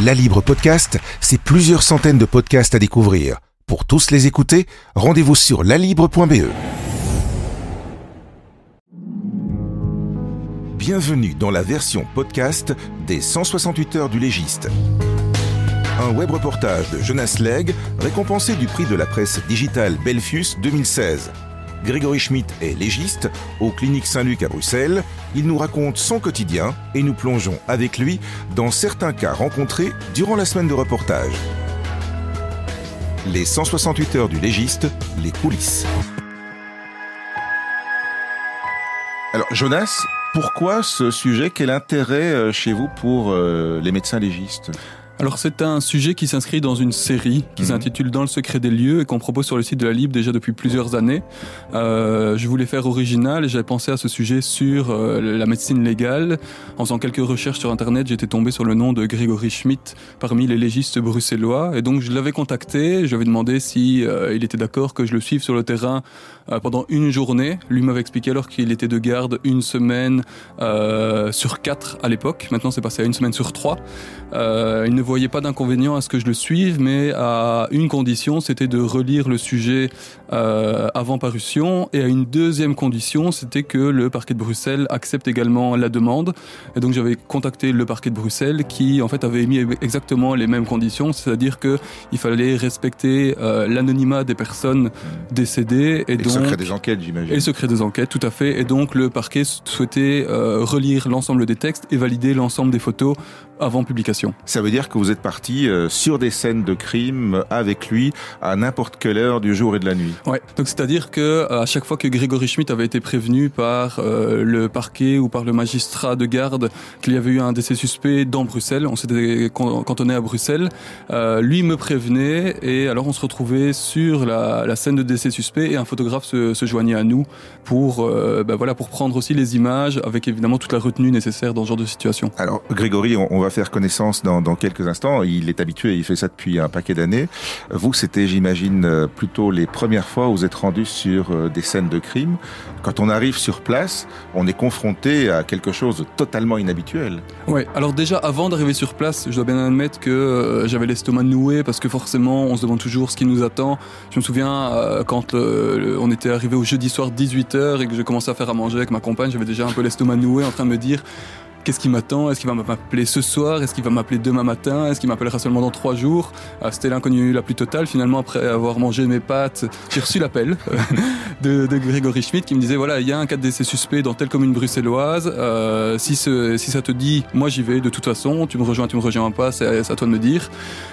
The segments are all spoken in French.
La Libre Podcast, c'est plusieurs centaines de podcasts à découvrir. Pour tous les écouter, rendez-vous sur lalibre.be. Bienvenue dans la version podcast des 168 heures du légiste. Un web reportage de Jonas Legge, récompensé du prix de la presse digitale Belfius 2016. Grégory Schmitt est légiste aux Cliniques Saint-Luc à Bruxelles. Il nous raconte son quotidien et nous plongeons avec lui dans certains cas rencontrés durant la semaine de reportage. Les 168 heures du légiste, les coulisses. Alors Jonas, pourquoi ce sujet? Quel intérêt chez vous pour les médecins légistes? Alors c'est un sujet qui s'inscrit dans une série qui s'intitule Dans le secret des lieux et qu'on propose sur le site de la Libre déjà depuis plusieurs années. Je voulais faire original et j'avais pensé à ce sujet sur la médecine légale. En faisant quelques recherches sur internet, j'étais tombé sur le nom de Grégory Schmitt parmi les légistes bruxellois et donc je l'avais contacté, je lui avais demandé si il était d'accord que je le suive sur le terrain pendant une journée. Lui m'avait expliqué alors qu'il était de garde une semaine sur 4 à l'époque. Maintenant c'est passé à une semaine sur 3. Il ne voyait pas d'inconvénient à ce que je le suive, mais à une condition, c'était de relire le sujet avant parution, et à une deuxième condition, c'était que le parquet de Bruxelles accepte également la demande. Et donc j'avais contacté le parquet de Bruxelles qui en fait avait émis exactement les mêmes conditions, c'est-à-dire que il fallait respecter l'anonymat des personnes décédées et donc le secret des enquêtes, j'imagine. Et le secret des enquêtes, tout à fait. Et donc le parquet souhaitait relire l'ensemble des textes et valider l'ensemble des photos avant publication. Ça veut dire que vous êtes parti sur des scènes de crime avec lui à n'importe quelle heure du jour et de la nuit. Ouais. Donc c'est-à-dire que à chaque fois que Grégory Schmitt avait été prévenu par le parquet ou par le magistrat de garde qu'il y avait eu un décès suspect dans Bruxelles, on s'était cantonné à Bruxelles, lui me prévenait et alors on se retrouvait sur la scène de décès suspect et un photographe se joignait à nous pour pour prendre aussi les images avec évidemment toute la retenue nécessaire dans ce genre de situation. Alors Grégory, on va faire connaissance dans quelques instants. Il est habitué, il fait ça depuis un paquet d'années. Vous, c'était, j'imagine, plutôt les premières fois où vous êtes rendu sur des scènes de crime. Quand on arrive sur place, on est confronté à quelque chose de totalement inhabituel. Oui, alors déjà, avant d'arriver sur place, je dois bien admettre que j'avais l'estomac noué parce que forcément, on se demande toujours ce qui nous attend. Je me souviens, quand on était arrivé au jeudi soir 18h et que je commençais à faire à manger avec ma compagne, j'avais déjà un peu l'estomac noué en train de me dire... Qu'est-ce qui m'attend? Est-ce qu'il va m'appeler ce soir? Est-ce qu'il va m'appeler demain matin? Est-ce qu'il m'appellera seulement dans 3 jours? C'était l'inconnu la plus totale. Finalement, après avoir mangé mes pâtes, j'ai reçu l'appel de Grégory Schmitt qui me disait voilà, il y a un cas de décès suspect dans telle commune bruxelloise. Si ça te dit, moi j'y vais de toute façon. Tu me rejoins pas, c'est à toi de me dire.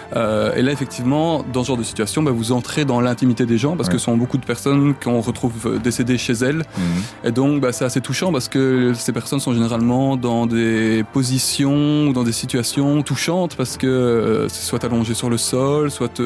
Et là, effectivement, dans ce genre de situation, vous entrez dans l'intimité des gens parce que ce sont beaucoup de personnes qu'on retrouve décédées chez elles. Et donc, c'est assez touchant parce que ces personnes sont généralement dans des positions ou dans des situations touchantes parce que c'est soit allongé sur le sol, soit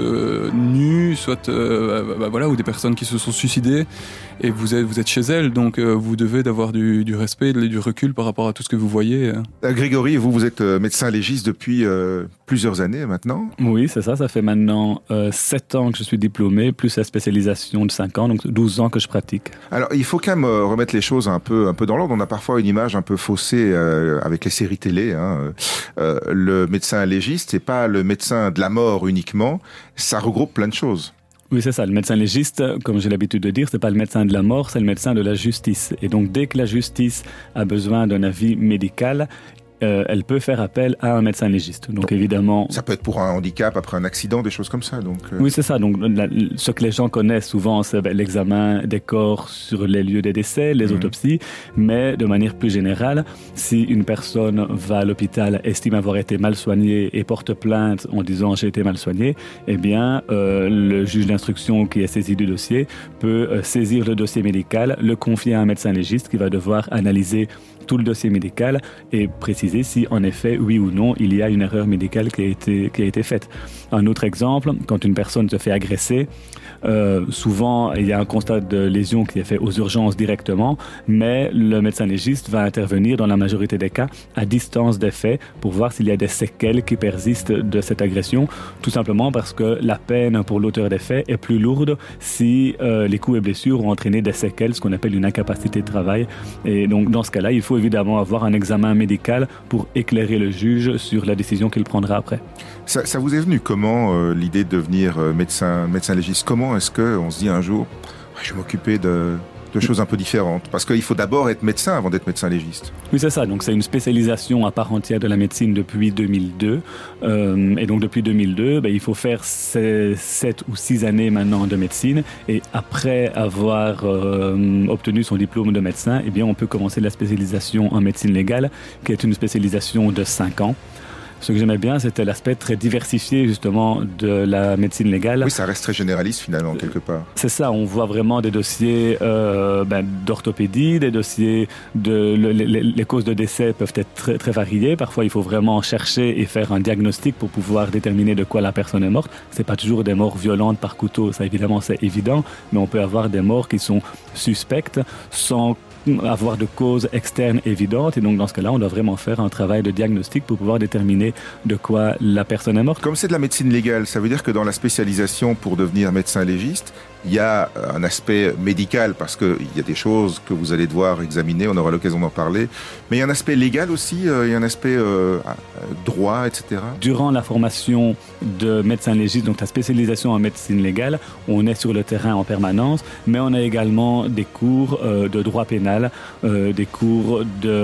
nu, soit ou des personnes qui se sont suicidées et vous êtes chez elles, donc vous devez d'avoir du respect et du recul par rapport à tout ce que vous voyez. Grégory, vous êtes médecin légiste depuis plusieurs années maintenant? Oui, c'est ça fait maintenant 7 ans que je suis diplômé, plus la spécialisation de 5 ans, donc 12 ans que je pratique. Alors, il faut quand même remettre les choses un peu dans l'ordre. On a parfois une image un peu faussée avec les séries télé. Le médecin légiste, c'est pas le médecin de la mort uniquement, ça regroupe plein de choses. Oui, c'est ça. Le médecin légiste, comme j'ai l'habitude de dire, c'est pas le médecin de la mort, c'est le médecin de la justice. Et donc, dès que la justice a besoin d'un avis médical, elle peut faire appel à un médecin légiste. Donc évidemment... Ça peut être pour un handicap, après un accident, des choses comme ça. Oui, c'est ça. Donc ce que les gens connaissent souvent, c'est l'examen des corps sur les lieux des décès, les autopsies. Mais de manière plus générale, si une personne va à l'hôpital, estime avoir été mal soignée et porte plainte en disant « j'ai été mal soigné », eh bien, le juge d'instruction qui est saisi du dossier peut saisir le dossier médical, le confier à un médecin légiste qui va devoir analyser tout le dossier médical et préciser si, en effet, oui ou non, il y a une erreur médicale qui a été faite. Un autre exemple, quand une personne se fait agresser, souvent, il y a un constat de lésion qui est fait aux urgences directement, mais le médecin légiste va intervenir dans la majorité des cas à distance des faits pour voir s'il y a des séquelles qui persistent de cette agression, tout simplement parce que la peine pour l'auteur des faits est plus lourde si les coups et blessures ont entraîné des séquelles, ce qu'on appelle une incapacité de travail. Et donc, dans ce cas-là, il faut faut évidemment avoir un examen médical pour éclairer le juge sur la décision qu'il prendra après. Ça vous est venu comment l'idée de devenir médecin légiste? Comment est-ce qu'on se dit un jour, je vais m'occuper de choses un peu différentes? Parce qu'il faut d'abord être médecin avant d'être médecin légiste. Oui, c'est ça. Donc, c'est une spécialisation à part entière de la médecine depuis 2002. Et donc, depuis 2002, il faut faire 7 ou 6 années maintenant de médecine. Et après avoir obtenu son diplôme de médecin, eh bien, on peut commencer la spécialisation en médecine légale, qui est une spécialisation de 5 ans. Ce que j'aimais bien, c'était l'aspect très diversifié, justement, de la médecine légale. Oui, ça reste très généraliste, finalement, quelque part. C'est ça, on voit vraiment des dossiers d'orthopédie, des dossiers les causes de décès peuvent être très, très variées. Parfois, il faut vraiment chercher et faire un diagnostic pour pouvoir déterminer de quoi la personne est morte. C'est pas toujours des morts violentes par couteau, ça évidemment, c'est évident, mais on peut avoir des morts qui sont suspectes sans avoir de causes externes évidentes, et donc dans ce cas-là, on doit vraiment faire un travail de diagnostic pour pouvoir déterminer de quoi la personne est morte. Comme c'est de la médecine légale, ça veut dire que dans la spécialisation pour devenir médecin légiste, il y a un aspect médical parce qu'il y a des choses que vous allez devoir examiner, on aura l'occasion d'en parler, mais il y a un aspect légal aussi, il y a un aspect droit, etc. Durant la formation de médecin légiste, donc la spécialisation en médecine légale, on est sur le terrain en permanence, mais on a également des cours de droit pénal, des cours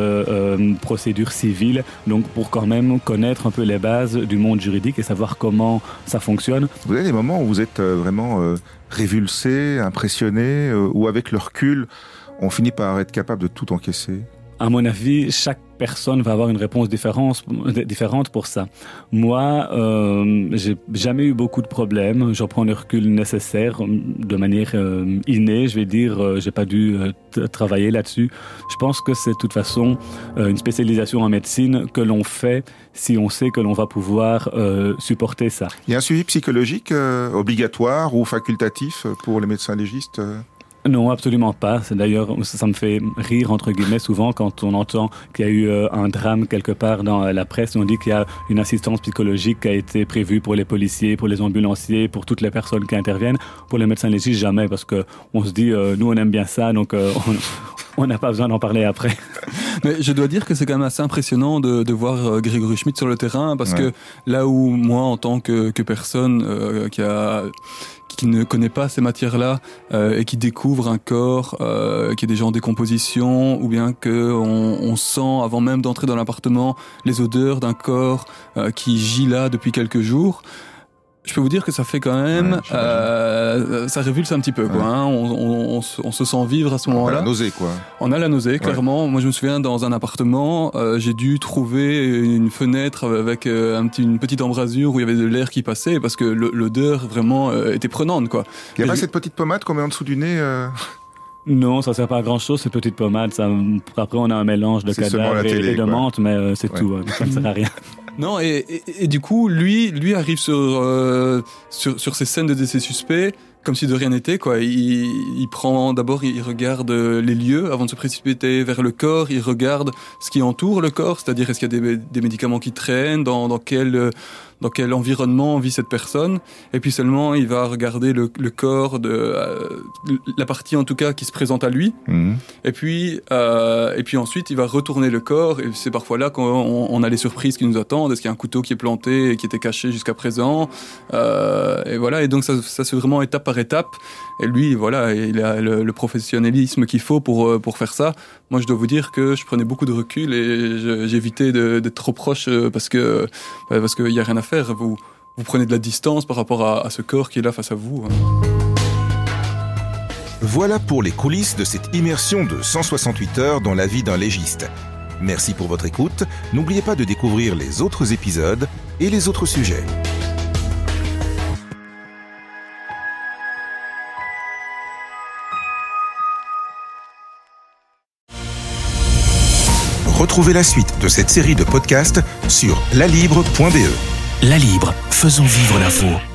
de procédure civile, donc pour quand même connaître un peu les bases du monde juridique et savoir comment ça fonctionne. Vous avez des moments où vous êtes vraiment révulsé, impressionné, ou avec le recul, on finit par être capable de tout encaisser? À mon avis, chaque personne va avoir une réponse différente pour ça. Moi, j'ai jamais eu beaucoup de problèmes. Je prends le recul nécessaire de manière innée. Je vais dire, j'ai pas dû travailler là-dessus. Je pense que c'est de toute façon une spécialisation en médecine que l'on fait si on sait que l'on va pouvoir supporter ça. Il y a un suivi psychologique obligatoire ou facultatif pour les médecins légistes? Non, absolument pas. C'est d'ailleurs, ça me fait rire, entre guillemets, souvent quand on entend qu'il y a eu un drame quelque part dans la presse. On dit qu'il y a une assistance psychologique qui a été prévue pour les policiers, pour les ambulanciers, pour toutes les personnes qui interviennent. Pour les médecins légistes, jamais, parce que on se dit, nous, on aime bien ça, donc on n'a pas besoin d'en parler après. Mais je dois dire que c'est quand même assez impressionnant de voir Grégory Schmitt sur le terrain, parce que là où moi, en tant que personne qui ne connaît pas ces matières-là et qui découvre un corps qui est déjà en décomposition, ou bien que on sent avant même d'entrer dans l'appartement les odeurs d'un corps qui gît là depuis quelques jours. Je peux vous dire que ça fait quand même, ça révulse un petit peu, quoi. Hein. On se sent vivre à ce moment-là. On a la nausée, quoi. On a la nausée, clairement. Moi, je me souviens, dans un appartement, j'ai dû trouver une fenêtre avec une petite embrasure où il y avait de l'air qui passait, parce que l'odeur vraiment était prenante, quoi. Il n'y a pas cette petite pommade qu'on met en dessous du nez Non, ça sert pas à grand chose, ces petites pommades. Après, on a un mélange de cadavres et de menthe, mais c'est tout. Ça ne sert à rien. Non, et du coup, lui arrive sur ces scènes de décès suspects comme si de rien n'était, quoi. Il prend d'abord, il regarde les lieux avant de se précipiter vers le corps. Il regarde ce qui entoure le corps, c'est-à-dire est-ce qu'il y a des médicaments qui traînent, dans quel environnement vit cette personne. Et puis seulement, il va regarder le corps la partie en tout cas qui se présente à lui. Mmh. Et puis ensuite, il va retourner le corps. Et c'est parfois là qu'on a les surprises qui nous attendent. Est-ce qu'il y a un couteau qui est planté et qui était caché jusqu'à présent? Et voilà. Et donc ça c'est vraiment étape par étape. Et lui, voilà, il a le professionnalisme qu'il faut pour faire ça. Moi, je dois vous dire que je prenais beaucoup de recul et j'évitais d'être trop proche parce que il y a rien à faire. Vous prenez de la distance par rapport à ce corps qui est là face à vous. Voilà pour les coulisses de cette immersion de 168 heures dans la vie d'un légiste. Merci pour votre écoute. N'oubliez pas de découvrir les autres épisodes et les autres sujets. Retrouvez la suite de cette série de podcasts sur lalibre.be. La Libre, faisons vivre l'info.